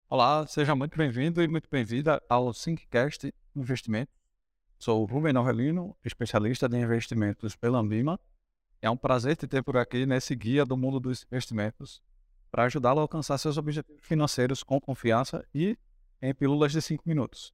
Olá, seja muito bem-vindo e muito bem-vinda ao Thinkcast Investimento. Sou o Rubem Novelino, especialista de investimentos pela Ambima. É um prazer te ter por aqui nesse guia do mundo dos investimentos para ajudá-lo a alcançar seus objetivos financeiros com confiança e em pílulas de 5 minutos.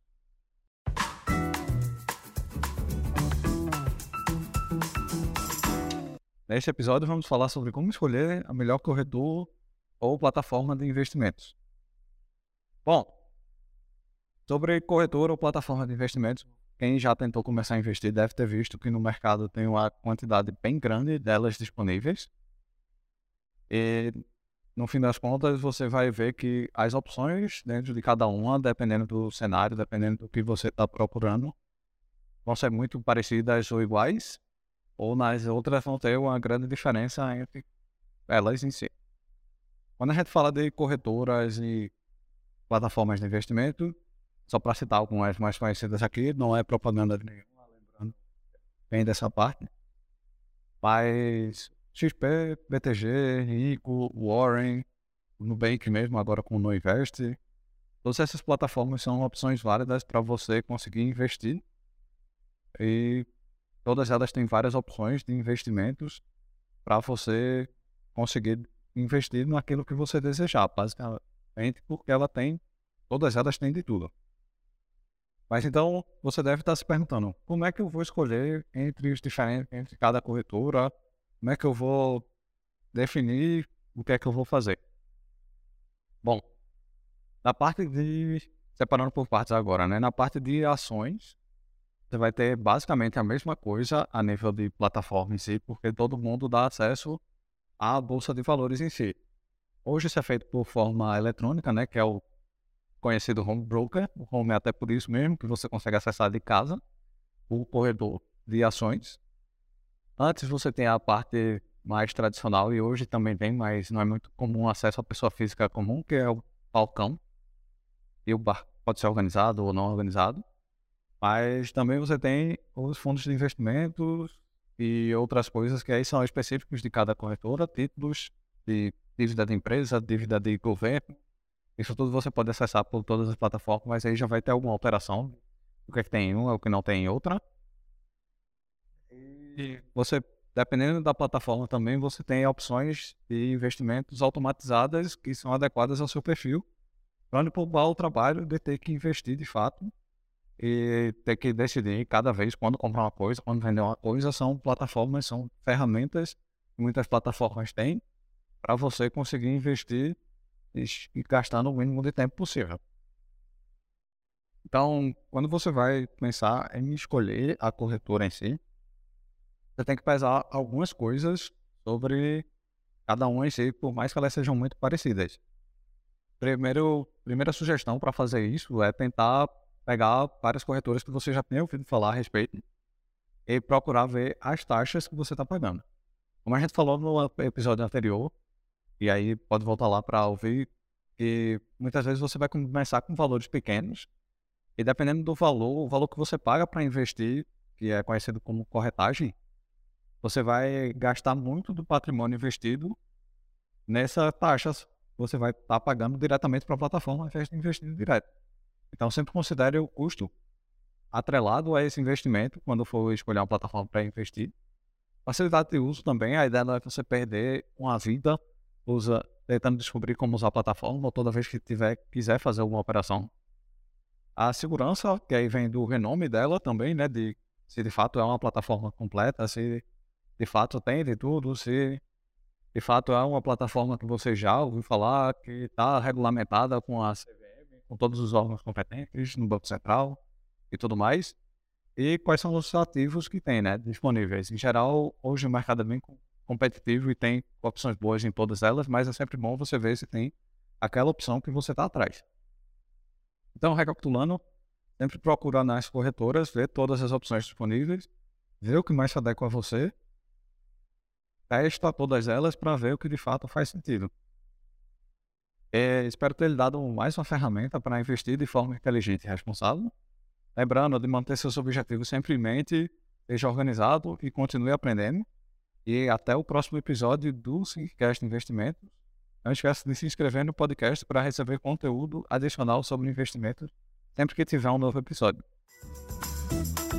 Neste episódio vamos falar sobre como escolher a melhor corretor ou plataforma de investimentos. Bom, sobre corretora ou plataforma de investimentos, quem já tentou começar a investir deve ter visto que no mercado tem uma quantidade bem grande delas disponíveis. E no fim das contas, você vai ver que as opções dentro de cada uma, dependendo do cenário, dependendo do que você está procurando, vão ser muito parecidas ou iguais, ou nas outras vão ter uma grande diferença entre elas em si. Quando a gente fala de corretoras e plataformas de investimento, só para citar algumas mais conhecidas aqui, não é propaganda de nenhuma, lembrando bem dessa parte, mas XP, BTG, Rico, Warren, Nubank mesmo, agora com o Nuinvest, todas essas plataformas são opções válidas para você conseguir investir e todas elas têm várias opções de investimentos para você conseguir investir naquilo que você desejar, basicamente porque todas elas têm de tudo. Mas então você deve estar se perguntando, como é que eu vou escolher entre cada corretora? Como é que eu vou definir o que é que eu vou fazer? Bom, separando por partes agora, né? Na parte de ações, você vai ter basicamente a mesma coisa a nível de plataforma em si, porque todo mundo dá acesso à bolsa de valores em si. Hoje isso é feito por forma eletrônica, né? Que é o conhecido home broker. O home é até por isso mesmo que você consegue acessar de casa o corredor de ações. Antes você tem a parte mais tradicional e hoje também tem, mas não é muito comum acesso à pessoa física comum, que é o balcão. E o bar pode ser organizado ou não organizado. Mas também você tem os fundos de investimentos e outras coisas que aí são específicos de cada corretora, títulos de dívida de empresa, dívida de governo. Isso tudo você pode acessar por todas as plataformas, mas aí já vai ter alguma alteração. O que é que tem em uma, o que não tem em outra. E você, dependendo da plataforma também, você tem opções de investimentos automatizadas que são adequadas ao seu perfil, para não poupar o trabalho de ter que investir de fato e ter que decidir cada vez quando comprar uma coisa, quando vender uma coisa. São plataformas, são ferramentas que muitas plataformas têm para você conseguir investir e gastar no mínimo de tempo possível. Então, quando você vai pensar em escolher a corretora em si, você tem que pesar algumas coisas sobre cada uma em si, por mais que elas sejam muito parecidas. Primeira sugestão para fazer isso é tentar pegar várias corretoras que você já tenha ouvido falar a respeito e procurar ver as taxas que você está pagando. Como a gente falou no episódio anterior, e aí pode voltar lá para ouvir, que muitas vezes você vai começar com valores pequenos e dependendo do valor, o valor que você paga para investir, que é conhecido como corretagem, você vai gastar muito do patrimônio investido nessa taxa. Você vai estar pagando diretamente para a plataforma ao invés de investir direto. Então sempre considere o custo atrelado a esse investimento quando for escolher uma plataforma para investir. Facilidade de uso também, a ideia não é você perder uma vida tentando descobrir como usar a plataforma ou toda vez que quiser fazer alguma operação. A segurança, que aí vem do renome dela também, né, de se de fato é uma plataforma completa, se de fato tem de tudo, se de fato é uma plataforma que você já ouviu falar, que está regulamentada com a CVM, com todos os órgãos competentes no Banco Central e tudo mais. E quais são os ativos que tem, né, disponíveis. Em geral, hoje o mercado é bem competitivo e tem opções boas em todas elas, mas é sempre bom você ver se tem aquela opção que você está atrás. Então, recapitulando, sempre procura nas corretoras, ver todas as opções disponíveis, ver o que mais se adequa a você, testa todas elas para ver o que de fato faz sentido. Espero ter lhe dado mais uma ferramenta para investir de forma inteligente e responsável. Lembrando de manter seus objetivos sempre em mente, esteja organizado e continue aprendendo. E até o próximo episódio do Thinkcast Investimentos. Não esqueça de se inscrever no podcast para receber conteúdo adicional sobre investimentos sempre que tiver um novo episódio.